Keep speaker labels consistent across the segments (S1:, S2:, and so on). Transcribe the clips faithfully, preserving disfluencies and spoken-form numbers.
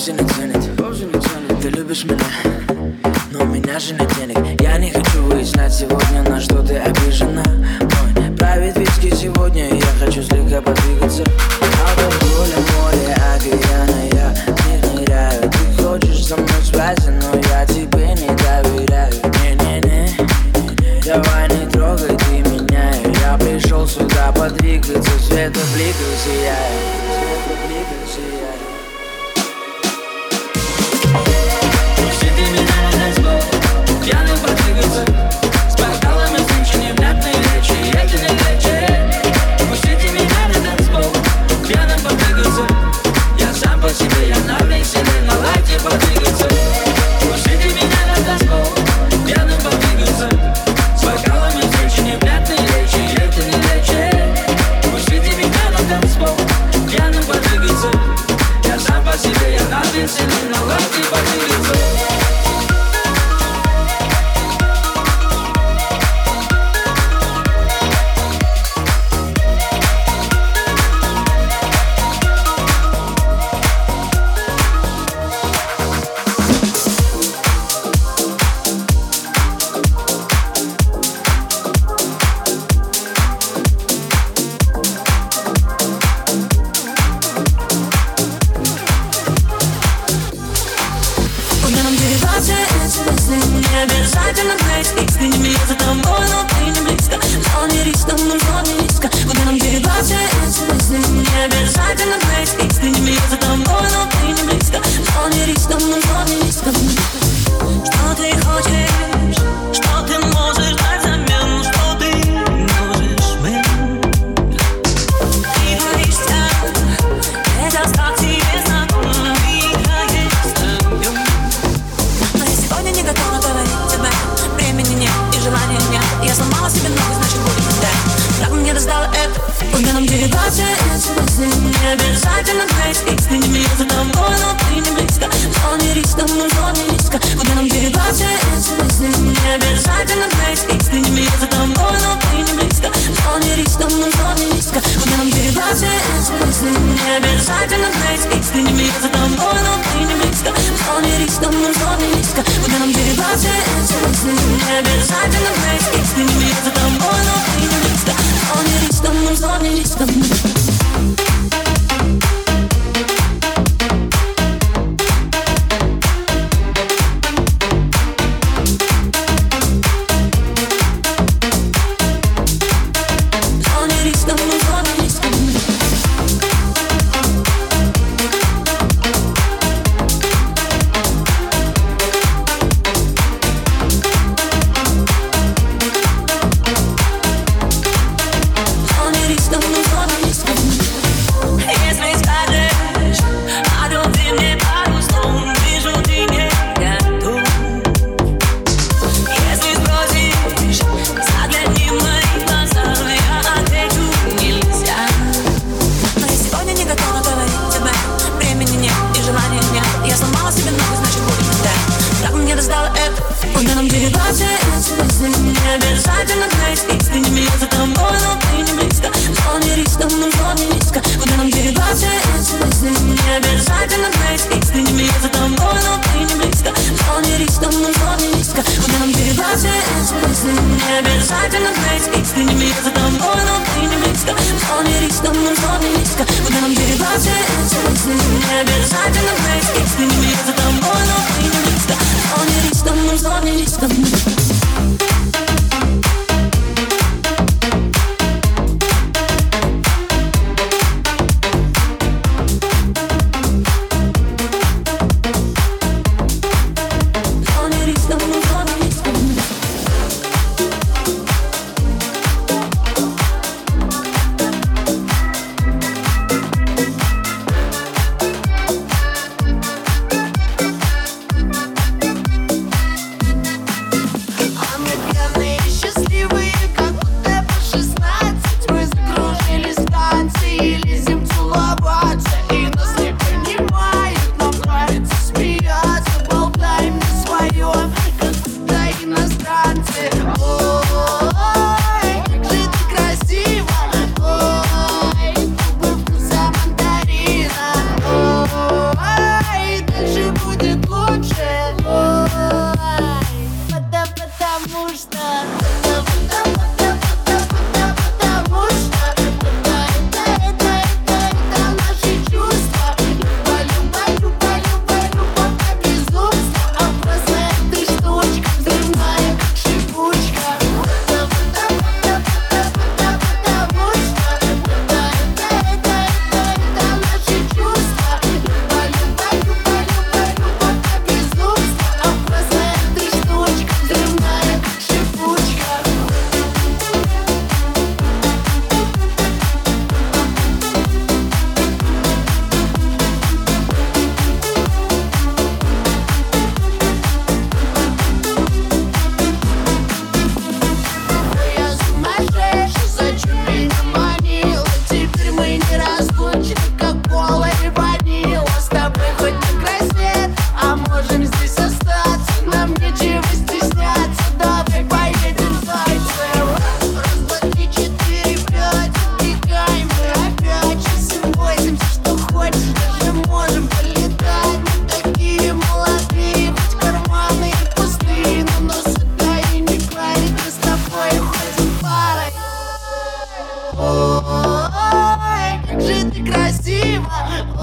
S1: вовсе не ценит. Ты любишь меня, но у меня же нет денег. Я не хочу выяснять сегодня, на что ты обижена. Мой правит виски сегодня, и я хочу слегка подвигаться. Алкоголя, море, океана, я в них ныряю. Ты хочешь со мной связи, но я тебе не доверяю. Не-не-не, давай не трогай ты меня. Я пришел сюда подвигаться, света блика сияет. Света блика сияет.
S2: Пьяным подвигаться, с бокалами встречи, невнятные речи, эти не речи. Пустите меня на танцпол, пьяным подвигаться. Я сам по себе, я на веселе, на лайте подвигаться. Пустите меня на танцпол, пьяным подвигаться, с бокалами встречи, невнятные речи, эти не речи. Пустите меня на танцпол, пьяным подвигаться. Я сам по себе, я на веселе, на лайте подвигаться.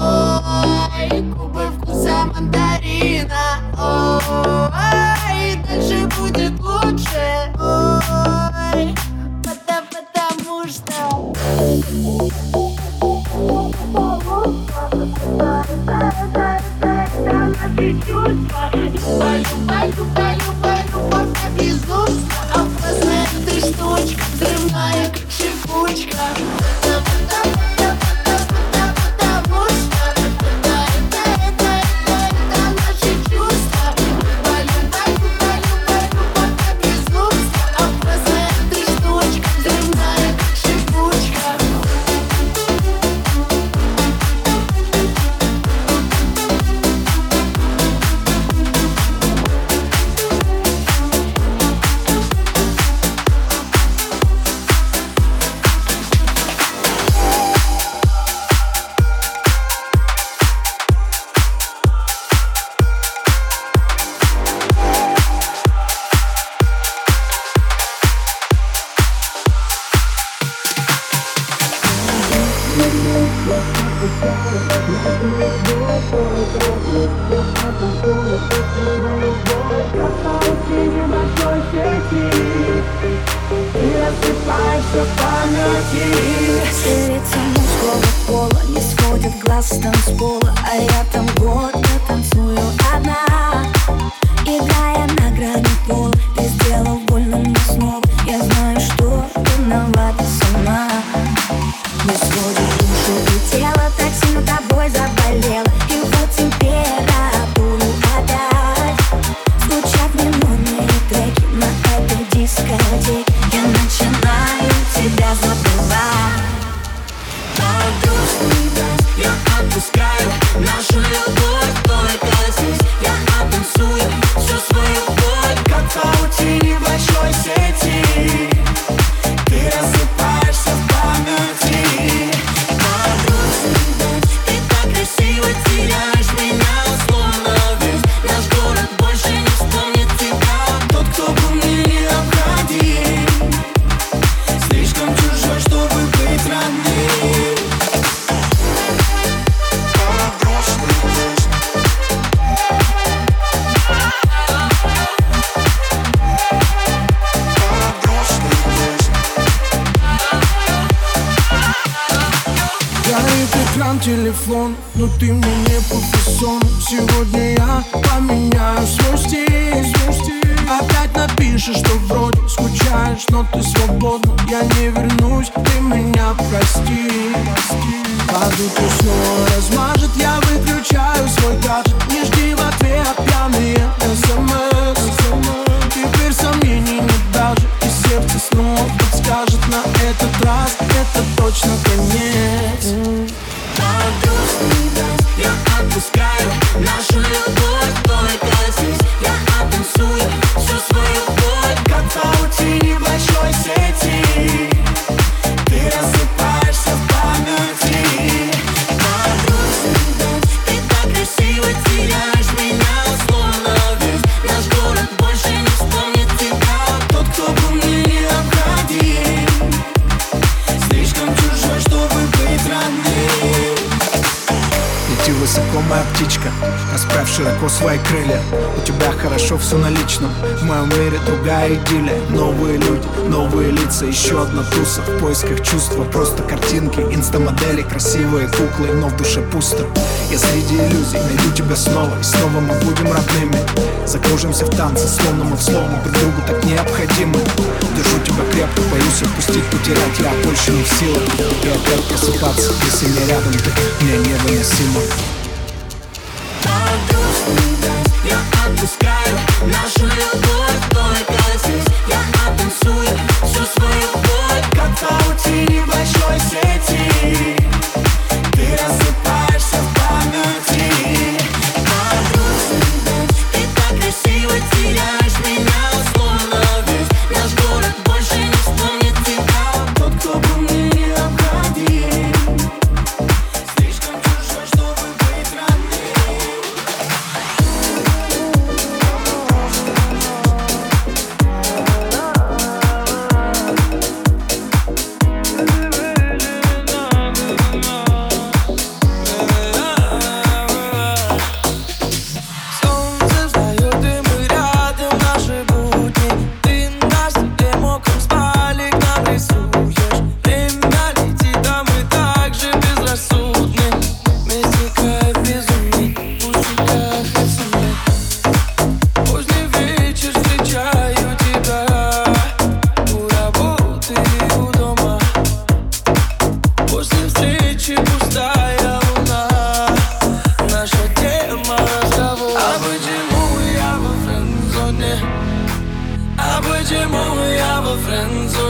S3: ой, губы вкуса мандарина. Ой, дальше будет лучше. Ой, потому, потому что наши чувства. Люба, люба, люба, люба, любовь как безумство. Опасная ты штучка, взрывная как шипучка.
S4: Сердце мужского пола не сводит глаз с танцпола, а я там год не танцую одна, играя на грани пола. Ты сделал больно мне снова. Я знаю, что виновата сама. Не сводит душу и тело, так сильно тобой заболела. И вот температуру опять звучат минорные треки на этой дискотеке. Я начинаю тебя забывать.
S2: Грустный дождь, я отпускаю нашу любовь только здесь. Я оттанцую всю свою боль, как в паутине большой сети. Ты рассыпаешься в памяти. Грустный дождь, ты так красиво теряешь меня, словно весь наш город больше не вспомнит тебя. Тот, кто был мне необходим, слишком чужой, чтобы быть родным.
S5: Горит экран телефон, но ты мне не по фасону. Сегодня я поменяю свой стиль. Опять напишешь, что вроде скучаешь, но ты свободна. Я не вернусь, ты меня прости. Падут и снова размажет, я выключаю свой гаджет. Не жди в ответ пьяные смс. Теперь сомнений нет даже, и сердце снова подскажет. На этот раз это точно конец.
S2: Грустный дождь, я отпускаю нашу любовь только здесь. Я оттанцую всю свою боль, как в паутине большой сети. Ты рассыпаешься в памяти. Грустный дождь, ты так красиво теряешь меня, словно весь наш город больше не вспомнит тебя. Тот, кто был мне необходим, слишком чужой, чтобы быть родным.
S5: Лети высоко, моя птичка, расправь широко свои крылья. У тебя хорошо все на личном, в моем мире другая идиллия. Новые люди, новые лица, еще одна туса. В поисках чувства, просто картинки, инстамодели, красивые куклы, но в душе пусто. Я среди иллюзий найду тебя снова, и снова мы будем родными. Закружимся в танце, словно мы в словно друг другу так необходимы. Держу тебя крепко, боюсь отпустить, потерять, я больше не в силах. И опять просыпаться, если не рядом ты, мне невыносимо.
S2: Грустный дождь, я отпускаю нашу любовь только здесь. Я оттанцую всю свою боль, как в паутине большой сети. Ты рассыпаешься в памяти. Грустный дождь, ты так красиво теряешь меня, словно весь наш город больше не вспомнит тебя. Тот, кто был мне необходим, слишком чужой, чтобы быть родным.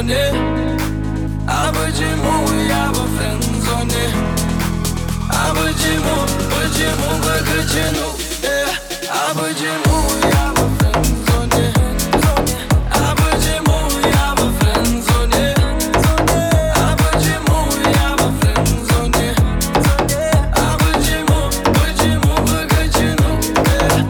S2: френдзоне? А почему я во френдзоне? А почему, почему выкачину? э, А почему я во френдзоне? А почему я во френдзоне? А почему я во френдзоне? А почему, почему выкачину? э,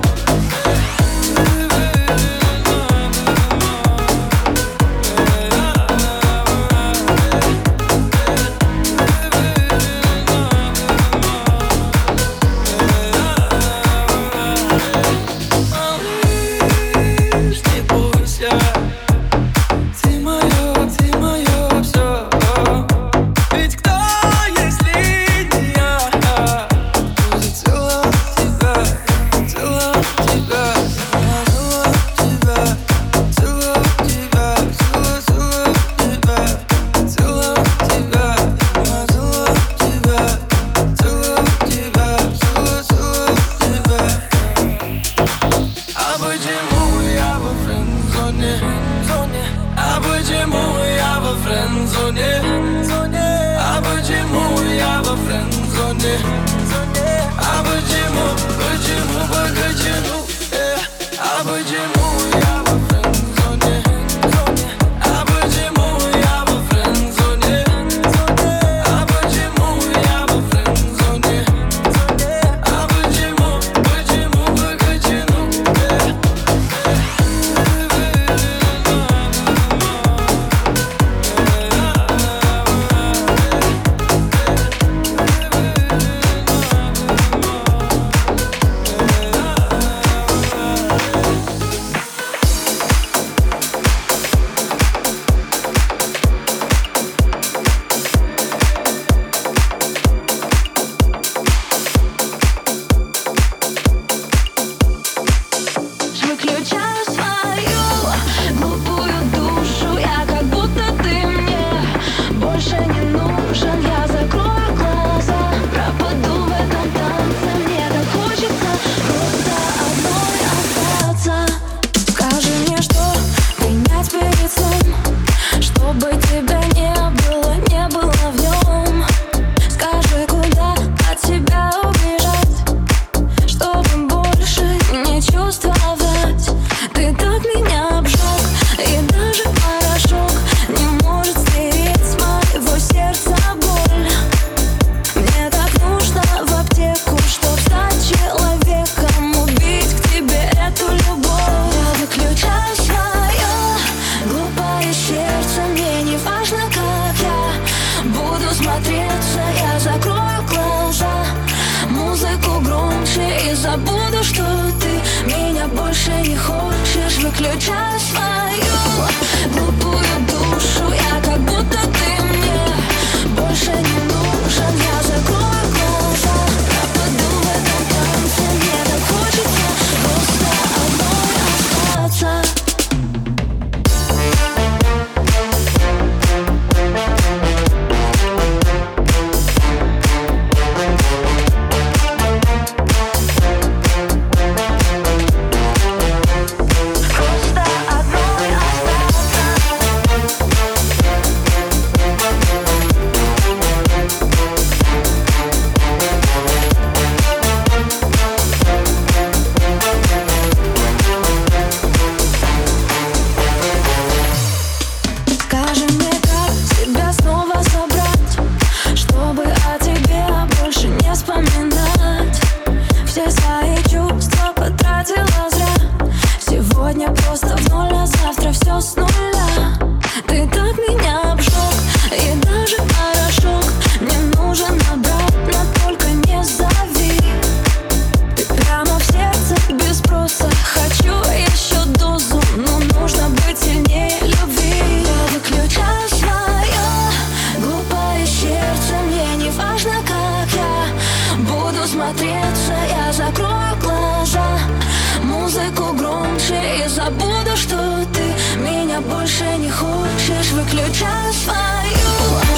S4: Выключаю свою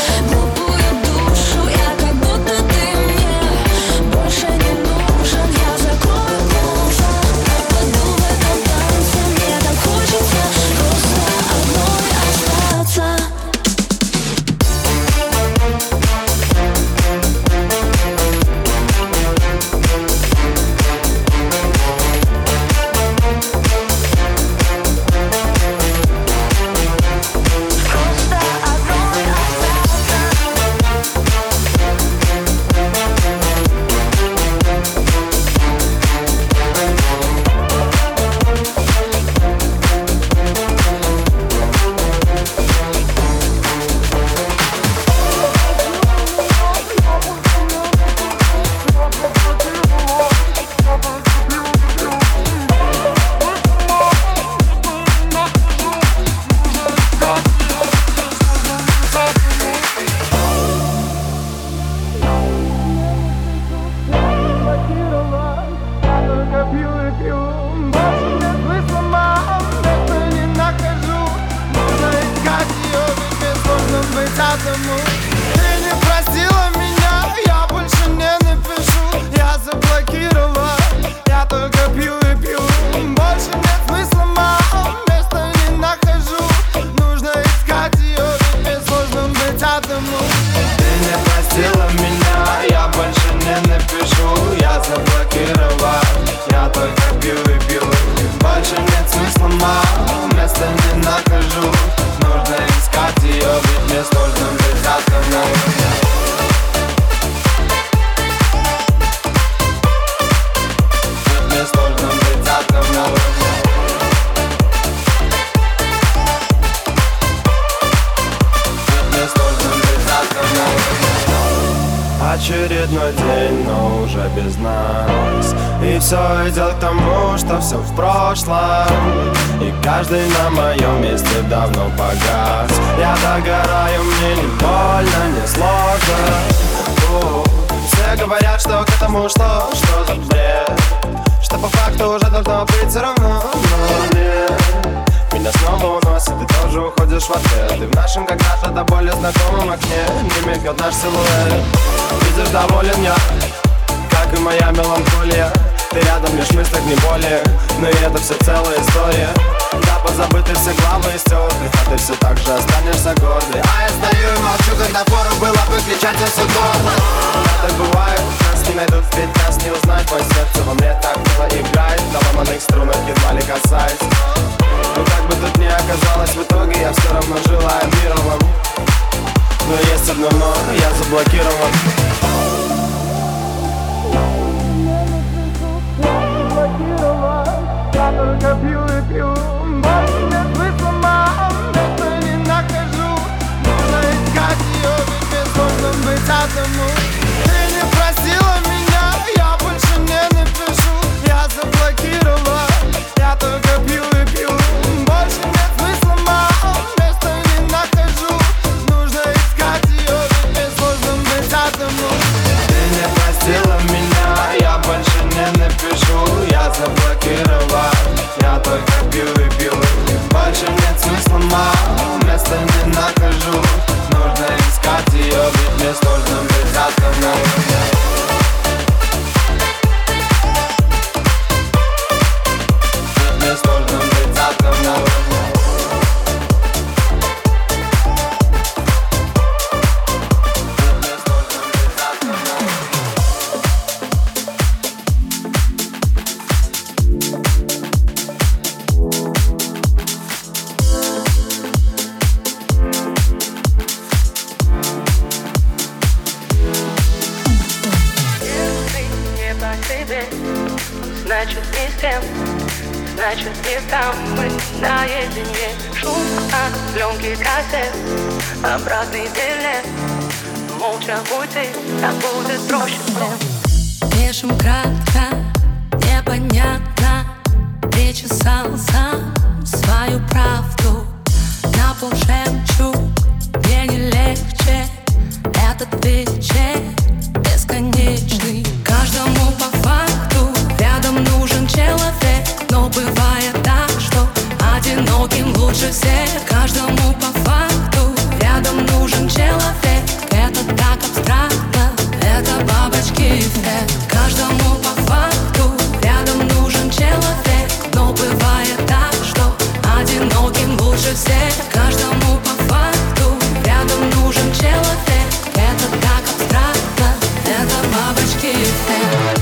S4: глупую душу. Я как будто ты мне больше не нужен. Я закрою глаза, пропаду в этом танце. Мне так хочется просто одной остаться.
S6: очередной день, но уже без нас. И все идет к тому, что все в прошлом, и каждый на моем месте давно погас. Я догораю, мне не больно, не сложно. У-у-у. Все говорят, что к этому шло, что за бред, что по факту уже должно быть все равно, но нет. Меня снова уносит, ты тоже уходишь в ответ. И в нашем когда-то до боли знакомом окне не мигает наш силуэт. Видишь, доволен я, как и моя меланхолия. Ты рядом, лишь в мыслях не более, но и это все целая история. Да, позабыты все главы и стерты, а ты все так же останешься гордой. А я стою и молчу, когда пору было бы кричать во все горло. Да, так бывает, нас не найдут, ведь нас не узнать. Мое сердце во мне так мило играет, на ломаных струнах едва ли касаясь. Но как бы тут ни оказалось, в итоге я все равно желаю мира вам. Но есть одно но, я заблокирован. Я только пью и пью, больше нет смысла, мам, места не нахожу. Нужно искать ее, ведь мне сложно быть одному. Ты не просила меня, я больше не напишу. Я заблокировала, я только пью и пью. Больше нет смысла, мам, места не нахожу. Нужно искать ее, ведь мне сложно быть одному. Ты не простила меня, я больше не напишу. Я заблокировал, я только пью и пью. Больше нет смысла, мам, места не нахожу. Нужно искать ее, ведь мне сложно быть одному. Ведь мне сложно быть одному.
S7: Значит, не с тем, значит, не там. Мы наедине. Шум от пленки кассет, обратный билет. Молча уйти, так будет проще всем.
S4: Пишем кратко, непонятно. Причесал сам свою правду. На пол жемчуг, мне не легче. Этот вечер бесконечный. Каждому по факту рядом нужен человек. Но бывает так, что одиноким лучше всех. Каждому по факту рядом нужен человек. Это так абстрактно, это бабочки эффект. Каждому по факту рядом нужен человек. Но бывает так, что одиноким лучше всех. Каждому по факту рядом нужен человек. Это так абстрактно, это бабочки эффект.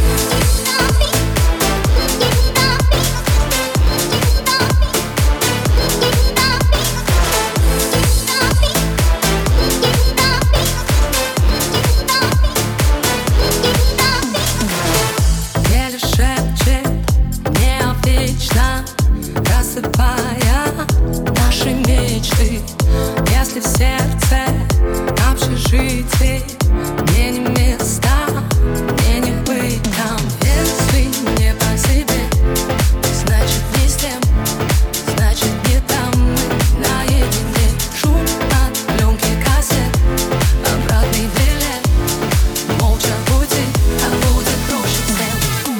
S4: Еле шепчет мне вечно, рассыпая наши мечты. Если в сердце общежитие, мне не места, мне не быть там. Если не по себе, значит не с тем, значит не там. Мы наедине. Шум от пленки кассет, обратный билет. Молча уйти, так будет проще всем.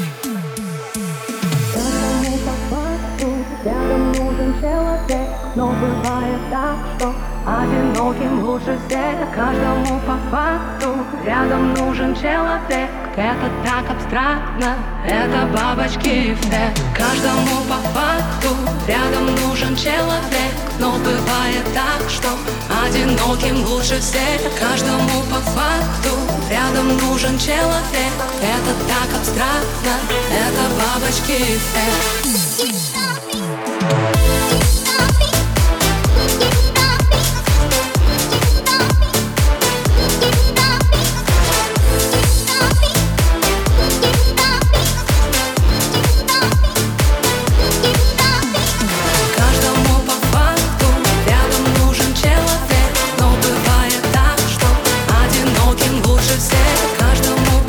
S4: Каждому по факту рядом нужен человек. Но бывает так, что одиноким лучше всех. Каждому по факту рядом нужен человек. Это так абстрактно, это бабочки эффект. Каждому по факту рядом нужен человек. Но бывает так, что одиноким лучше всех. Каждому по факту рядом нужен человек. Это так абстрактно, это бабочки эффект. Каждому по факту рядом нужен человек. Но бывает так, что одиноким лучше всех. Каждому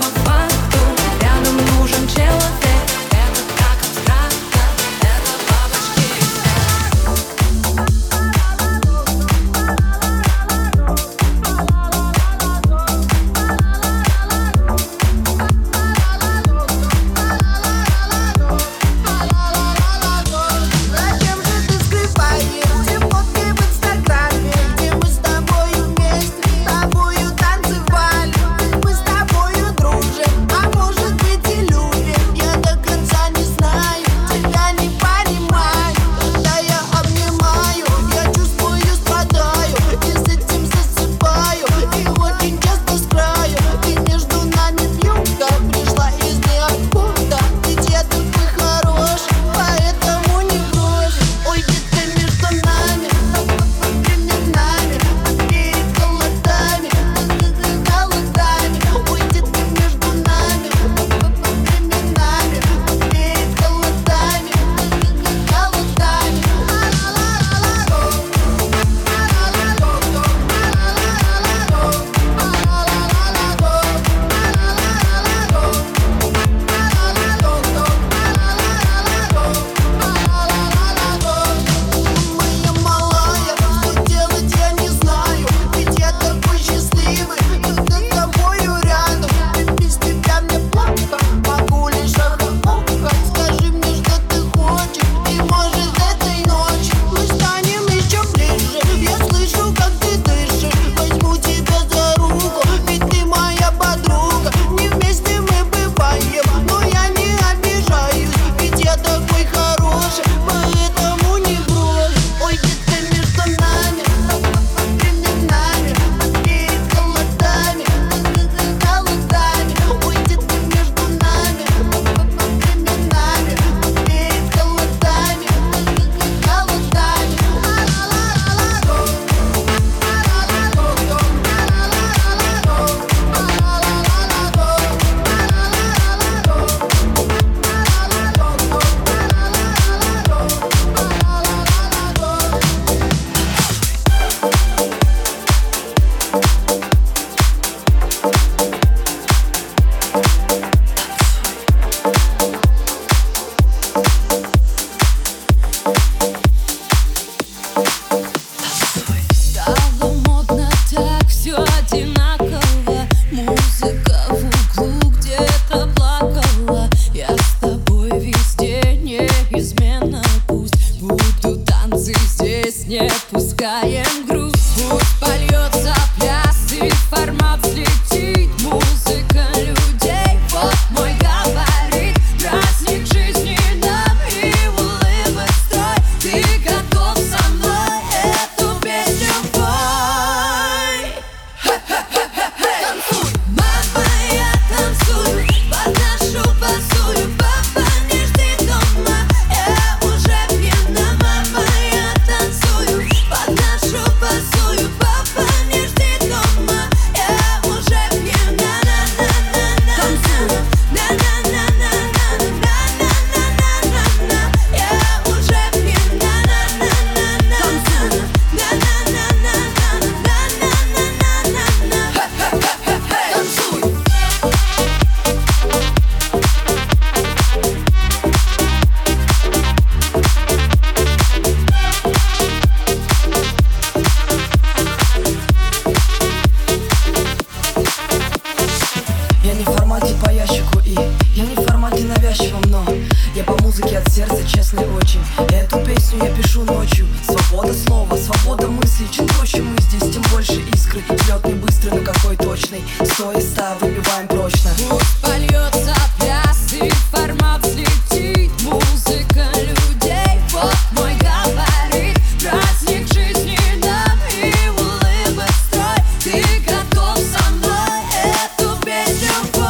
S8: формате по ящику и я не в формате навязчивом, но я по музыке от сердца, честный очень. Эту песню я пишу ночью. Свобода слова, свобода мысли. Чем проще мы здесь, тем больше искры. Взлет не быстрый, но какой точный. Сто из ста выбиваем прочно.
S4: Пусть польется пляс и формат взлетит. Музыка людей, вот мой габарит. Праздник жизни нам и улыбок строй. Ты готов со мной эту песню пой.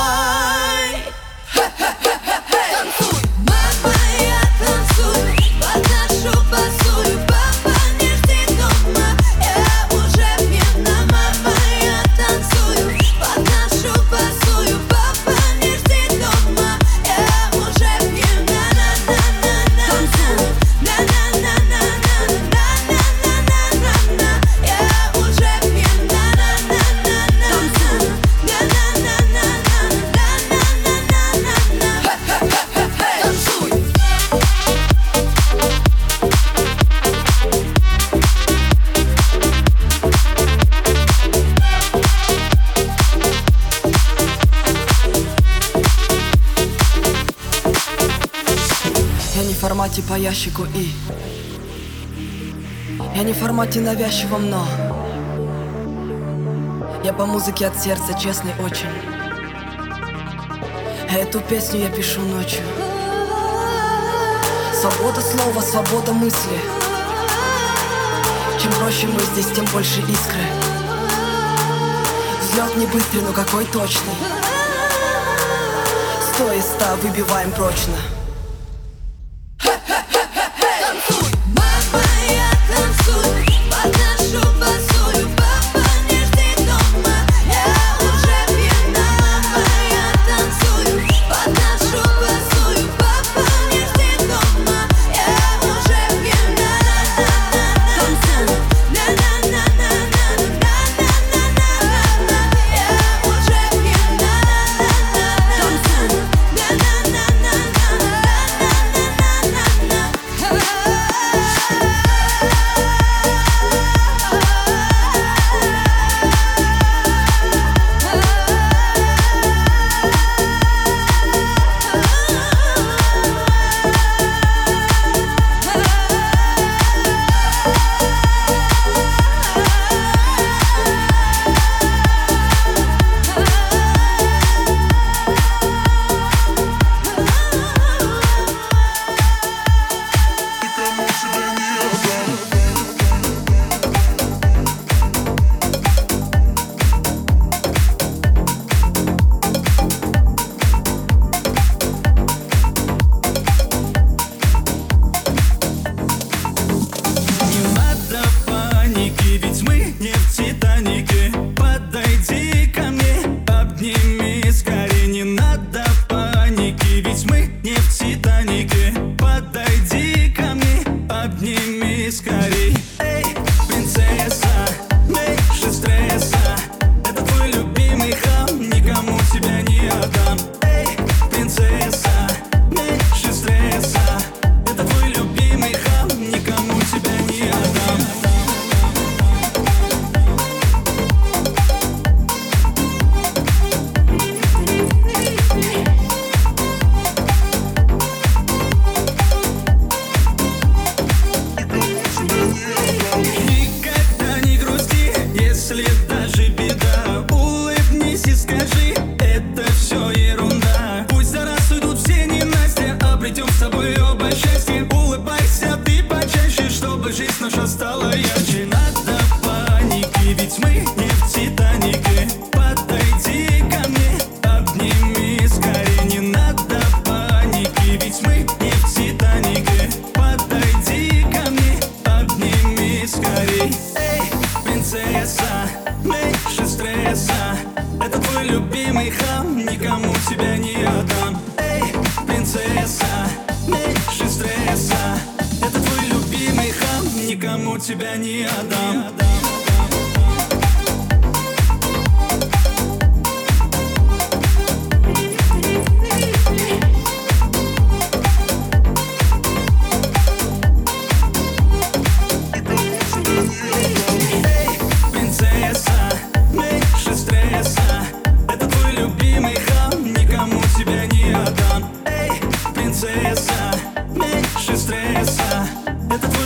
S4: Танцуй, мама, я танцую под нашу басую. Папа не жди дома, я уже пьяна. Мама, я танцую под нашу басую. Папа не жди дома, я уже пьяна. На-на-на-на-на, танцуй, на-на-на-на-на, на-на-на-на-на, я уже пьяна. На-на-на-на, танцуй, на-на-на-на-на, на-на-на-на-на, танцуй.
S8: Я не в формате по ящику и я не в формате навязчивом, но я по музыке от сердца, честный очень. Эту песню я пишу ночью. Свобода слова, свобода мысли. Чем проще мы здесь, тем больше искры. Взлет не быстрый, но какой точный. Сто из ста выбиваем прочно.
S4: Мама, я танцую под нашу басую. Папа не жди дома, я уже пьяна. Мама, я танцую под нашу басую. Папа не жди дома, я уже пьяна. Танцуй, на-на-на-на-на, на-на-на-на-на, я уже пьяна. Танцуй, на-на-на-на-на,
S2: Не надо паники, ведь мы не в Титанике. Подойди ко мне, обними скорее. Не надо паники, ведь мы не в Титанике. Подойди ко мне, обними скорей. Эй, принцесса, меньше стресса. Это твой любимый хам, никому тебя не отдам. Эй, принцесса, меньше стресса. Это твой любимый хам, никому тебя не отдам. Никогда не грусти, если даже беда. Улыбнись и скажи, это все ерунда. Пусть за раз уйдут все ненастья, обретем с тобой оба счастье. Улыбайся ты почаще, чтобы жизнь наша стала ярче. Надо паники, ведь мы не в Титанике. Подойди ко мне, обними скорее. Не надо паники, ведь мы не в Титанике. Подойди ко мне, обними скорей. Эй, принцесса, меньше стресса. Это твой любимый хам, никому тебя не отдам. Эй, принцесса, меньше стресса. Это твой любимый хам, никому тебя не отдам. Эй, принцесса, меньше стресса. Это твой любимый хам.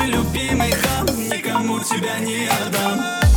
S2: любимый хам, никому тебя не отдам.